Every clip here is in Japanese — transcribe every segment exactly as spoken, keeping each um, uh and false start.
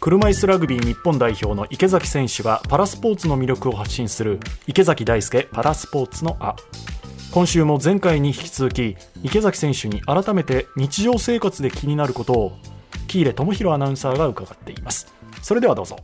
車椅子ラグビー日本代表の池崎選手がパラスポーツの魅力を発信する池崎大輔パラスポーツのあ。今週も前回に引き続き池崎選手に改めて日常生活で気になることを喜入智弘アナウンサーが伺っています。それではどうぞ。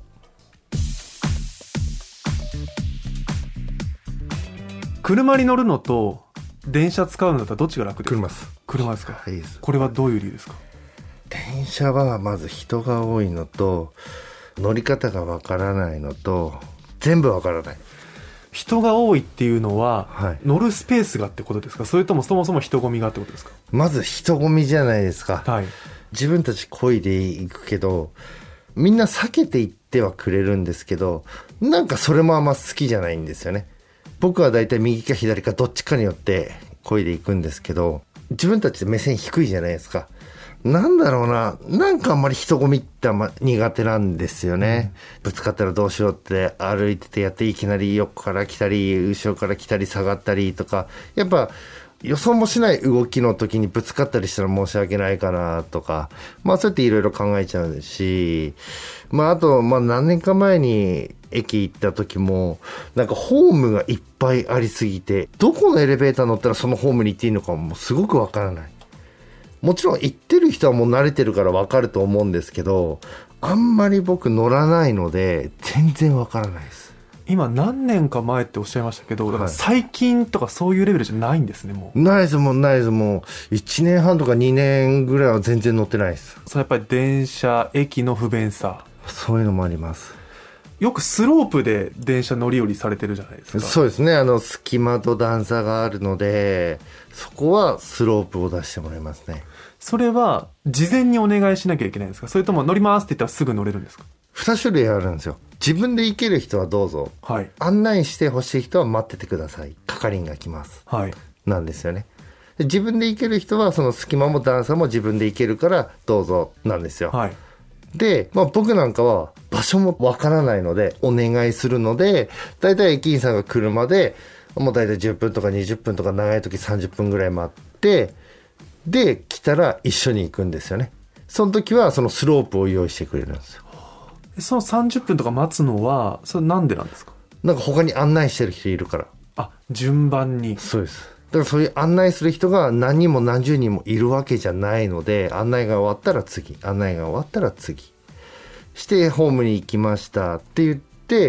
車に乗るのと電車使うのだったらどっちが楽ですか？ 車です。 車ですか？ はいです。 これはどういう理由ですか？ 電車はまず人が多いのと乗り方がわからないのと全部わからない。 人が多いっていうのは、 はい、 乗るスペースがってことですか？それともそもそも人混みがってことですか？ まず人混みじゃないですか、 はい、 自分たち漕いでいくけどみんな避けていってはくれるんですけど、なんかそれもあんま好きじゃないんですよね。僕はだいたい右か左かどっちかによって漕いでいくんですけど、自分たちで目線低いじゃないですか。なんだろうな、なんかあんまり人混みってあんま苦手なんですよね、うん、ぶつかったらどうしようって歩いててやって、いきなり横から来たり後ろから来たり下がったりとか、やっぱ予想もしない動きの時にぶつかったりしたら申し訳ないかなとか、まあそうやっていろいろ考えちゃうし、まああとまあ何年か前に駅行った時もなんかホームがいっぱいありすぎて、どこのエレベーター乗ったらそのホームに行っていいのかもすごくわからない。もちろん行ってる人はもう慣れてるからわかると思うんですけど、あんまり僕乗らないので全然わからないです。 今何年か前っておっしゃいましたけど、だから最近とかそういうレベルじゃないんですね。もうないですもんないです。もういちねんはんとかにねんぐらいは全然乗ってないです。 それやっぱり電車駅の不便さ、 そういうのもあります。 よくスロープで電車乗り降りされてるじゃないですか。 そうですね、あの隙間と段差があるのでそこはスロープを出してもらいますね。 それは事前にお願いしなきゃいけないんですか？それとも乗りますって言ったらすぐ乗れるんですか？ に種類あるんですよ。自分で行ける人はどうぞ、はい、案内してほしい人は待っててください、係員が来ます、はい、なんですよね。で自分で行ける人はその隙間も段差も自分で行けるからどうぞなんですよ、はい、で、まあ、僕なんかは場所もわからないのでお願いするので、だいたい駅員さんが車でもうだいたいじゅっぷんとかにじゅっぷんとか長い時さんじゅっぷんぐらい待って、で来たら一緒に行くんですよね。その時はそのスロープを用意してくれるんですよ。 そのさんじゅっぷんとか待つのはそれなんでなんですか？ なんか他に案内してる人いるから。 あ、順番に。 そうです。だからそういう案内する人が何人も何十人もいるわけじゃないので、案内が終わったら次、案内が終わったら次してホームに行きましたって言って、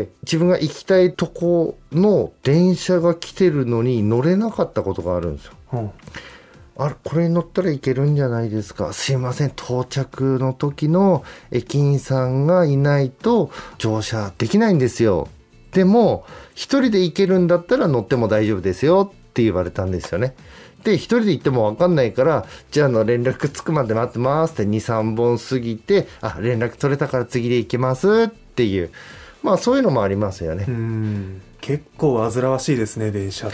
自分が行きたいとこの電車が来てるのに乗れなかったことがあるんですよ、うん、あれこれに乗ったらいけるんじゃないですか、すいません到着の時の駅員さんがいないと乗車できないんですよ、でも一人で行けるんだったら乗っても大丈夫ですよって言われたんですよね。で一人で行っても分かんないから、じゃあの連絡つくまで待ってますって にさんぼん過ぎて、あ連絡取れたから次で行けますっていう、まあそういうのもありますよね。 うーん、結構煩わしいですね電車って。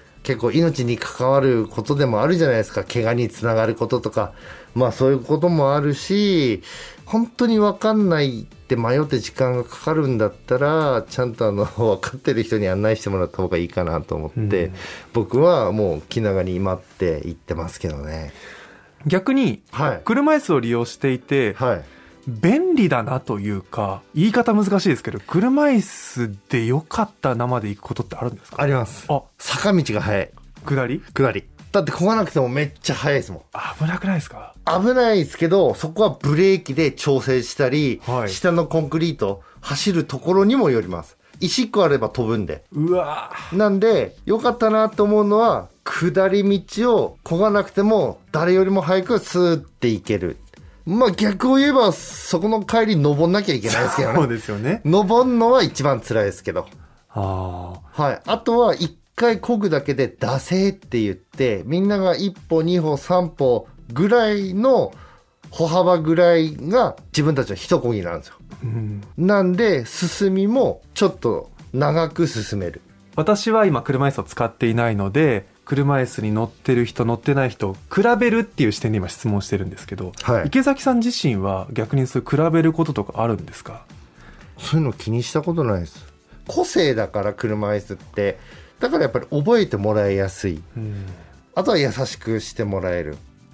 結構命に関わることでもあるじゃないですか。怪我につながることとか、まあそういうこともあるし、本当に分かんないって迷って時間がかかるんだったらちゃんとあの分かってる人に案内してもらった方がいいかなと思って、うん、僕はもう気長に待って行ってますけどね。 逆に、はい、車椅子を利用していて、はい、便利だなというか、言い方難しいですけど、車椅子でよかった生で行くことってあるんですか？ あります。あ、坂道が速い。 下り下りだって漕がなくてもめっちゃ速いですもん。 危なくないですか？ 危ないですけど、そこはブレーキで調整したり、はい、下のコンクリート走るところにもよります。石っこあれば飛ぶんで。 うわなんでよかったなと思うのは、下り道を漕がなくても誰よりも早くスーって行ける。まあ逆を言えばそこの帰り登んなきゃいけないですけどね。 そうですよね。 登るのは一番辛いですけど。 あ、 はい、あとは一回漕ぐだけで惰性って言って、みんなが一歩二歩三歩ぐらいの歩幅ぐらいが自分たちの一漕ぎなんですよ、うん、なんで進みもちょっと長く進める。 私は今車椅子を使っていないので、車椅子に乗ってる人乗ってない人を比べるっていう視点で今質問してるんですけど、はい、池崎さん自身は逆にそういう比べることとかあるんですか？ そういうの気にしたことないです。個性だから車椅子って、だからやっぱり覚えてもらいやすい、うん、あとは優しくしてもらえる。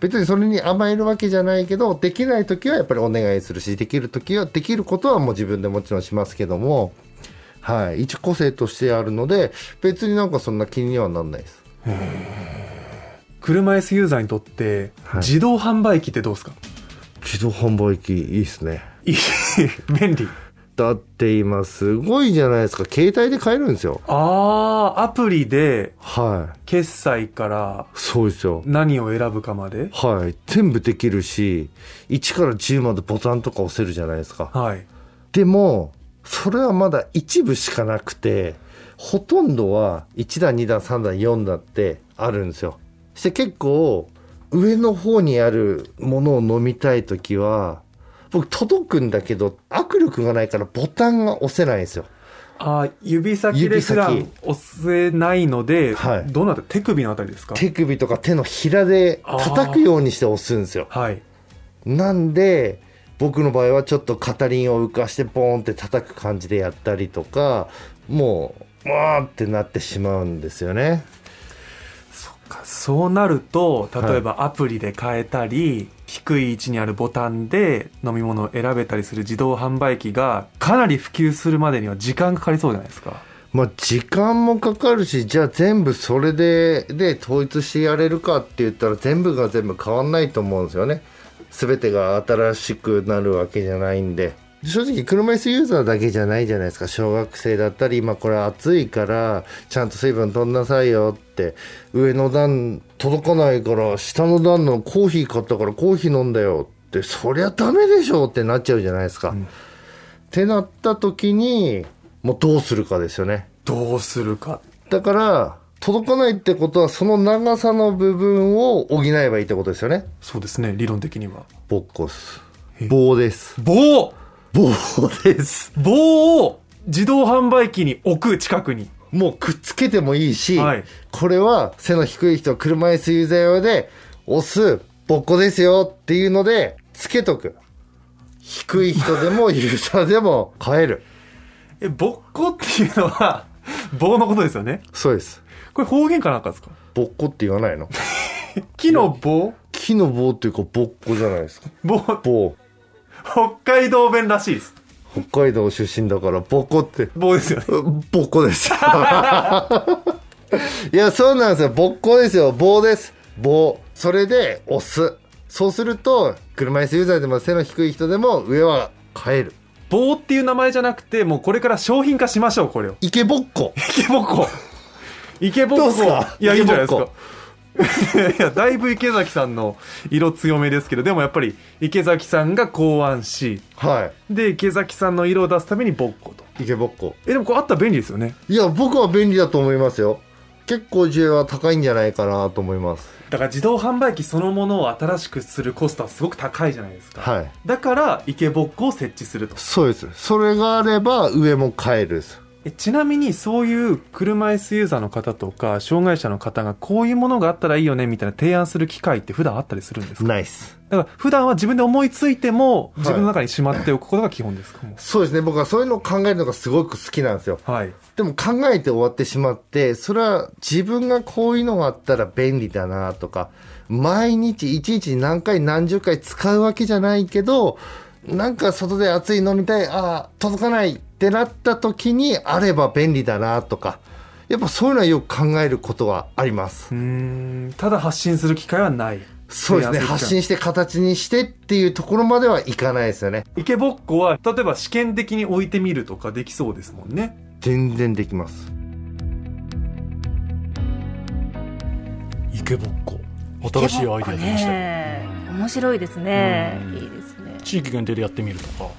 別にそれに甘えるわけじゃないけど、できない時はやっぱりお願いするし、できる時はできることはもう自分でもちろんしますけども、はい、一個性としてあるので別になんかそんな気にはなんないです。 車椅子ユーザーにとって、はい、自動販売機ってどうですか？ 自動販売機いいですね。 いい便利だって今すごいじゃないですか、携帯で買えるんですよ。 ああ、アプリで、 はい、 決済からそうですよ、 何を選ぶかまで、 はい、全部できるし、いちからじゅうまでボタンとか押せるじゃないですか。 はい、 でもそれはまだ一部しかなくて、ほとんどはいち段に段さん段よん段ってあるんですよ。そして結構上の方にあるものを飲みたいときは僕届くんだけど握力がないからボタンが押せないんですよ。 あ、指先で普段押せないので、 はい、 どうなって手首のあたりですか？ 手首とか手のひらで叩くようにして押すんですよ。 はい、 なんで僕の場合はちょっと片輪を浮かしてボーンって叩く感じでやったりとか、もうわーってなってしまうんですよね。 そっか、そうなると例えばアプリで変えたり、はい、低い位置にあるボタンで飲み物を選べたりする自動販売機がかなり普及するまでには時間かかりそうじゃないですか。 まあ、時間もかかるし、じゃあ全部それで、で統一してやれるかって言ったら全部が全部変わんないと思うんですよね。全てが新しくなるわけじゃないんで、正直車椅子ユーザーだけじゃないじゃないですか。小学生だったり、今これ暑いからちゃんと水分取んなさいよって、上の段届かないから下の段のコーヒー買ったからコーヒー飲んだよって、そりゃダメでしょってなっちゃうじゃないですか、うん、ってなった時にもうどうするかですよね。 どうするか。 だから届かないってことはその長さの部分を補えばいいってことですよね。 そうですね、理論的には。 ボッコス棒です。 棒棒です。 棒を自動販売機に置く、近くにもうくっつけてもいいし、 はい、 これは背の低い人、車椅子ユーザー用で押すボッコですよっていうのでつけとく。低い人でもユーザーでも買える。 え、ボッコっていうのは棒のことですよね。 そうです。 これ方言かなんかですか？ ボッコって言わないの？ 木の棒？ 木の棒っていうかボッコじゃないですか。 棒。 棒。 北海道弁らしいです。 北海道出身だからボコって棒ですよね。 ボコですいやそうなんですよ、ボッコですよ、棒です、棒。それで押す。そうすると車椅子ユーザーでも背の低い人でも上は買える。 棒っていう名前じゃなくて、もうこれから商品化しましょう。これをイケボッコ。 イケボッコイケボッコ。いや、いいんじゃないですか。いや、だいぶ池崎さんの色強めですけど、でもやっぱり池崎さんが考案し、 はい、 で池崎さんの色を出すためにボッコと。 イケボッコ。 え、でもこれあったら便利ですよね。 いや、僕は便利だと思いますよ。結構需要は高いんじゃないかなと思います。 だから自動販売機そのものを新しくするコストはすごく高いじゃないですか、 はい、 だからイケボッコを設置すると。 そうです。それがあれば上も買えるです。 え、ちなみにそういう車椅子ユーザーの方とか障害者の方がこういうものがあったらいいよねみたいな提案する機会って普段あったりするんですか？ ないっす。 だから普段は自分で思いついても自分の中にしまっておくことが基本ですか？はい、もうそうですね。僕はそういうのを考えるのがすごく好きなんですよ、 はい、 でも考えて終わってしまって、それは自分がこういうのがあったら便利だなとか、毎日いちにちに何回何十回使うわけじゃないけど、なんか外で熱い飲みたい、ああ届かないってなった時にあれば便利だなとか、やっぱそういうのはよく考えることはあります。 うーん、ただ発信する機会はない。 そうですね。発信して形にしてっていうところまではいかないですよね。 イケボッコは例えば試験的に置いてみるとかできそうですもんね。 全然できます。 イケボッコ、新しいアイデア出ましたね。 面白いですね。いいですね。 地域限定でやってみるとか、 うん、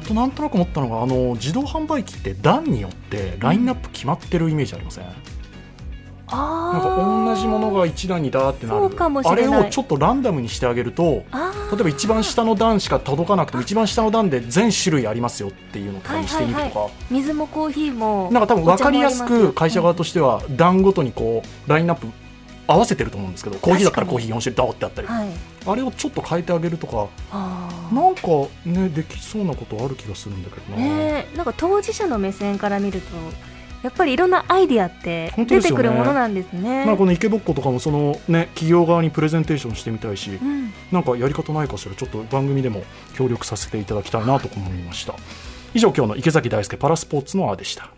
となんとなく思ったのが、あの自動販売機って段によってラインナップ決まってるイメージありません？うん、 あなんか同じものが一段にダーってなる。 そうかもしれない。 あれをちょっとランダムにしてあげると、例えば一番下の段しか届かなくても一番下の段で全種類ありますよっていうのとかにしてみるとか、はいはいはい、 水もコーヒーもなんか多分分かりやすく会社側としては段ごとにこうラインナップ合わせてると思うんですけど、コーヒーだったらコーヒーよん種類ダーってあったり、はい、あれをちょっと変えてあげるとか、なんかねできそうなことある気がするんだけどな、 ね、なんか当事者の目線から見るとやっぱりいろんなアイディアって出てくるものなんですね。 まあ、このイケボッコとかもその、ね、企業側にプレゼンテーションしてみたいし、 うん、 なんかやり方ないかしら、ちょっと番組でも協力させていただきたいなと思いました。以上、今日の池崎大輔パラスポーツのあでした。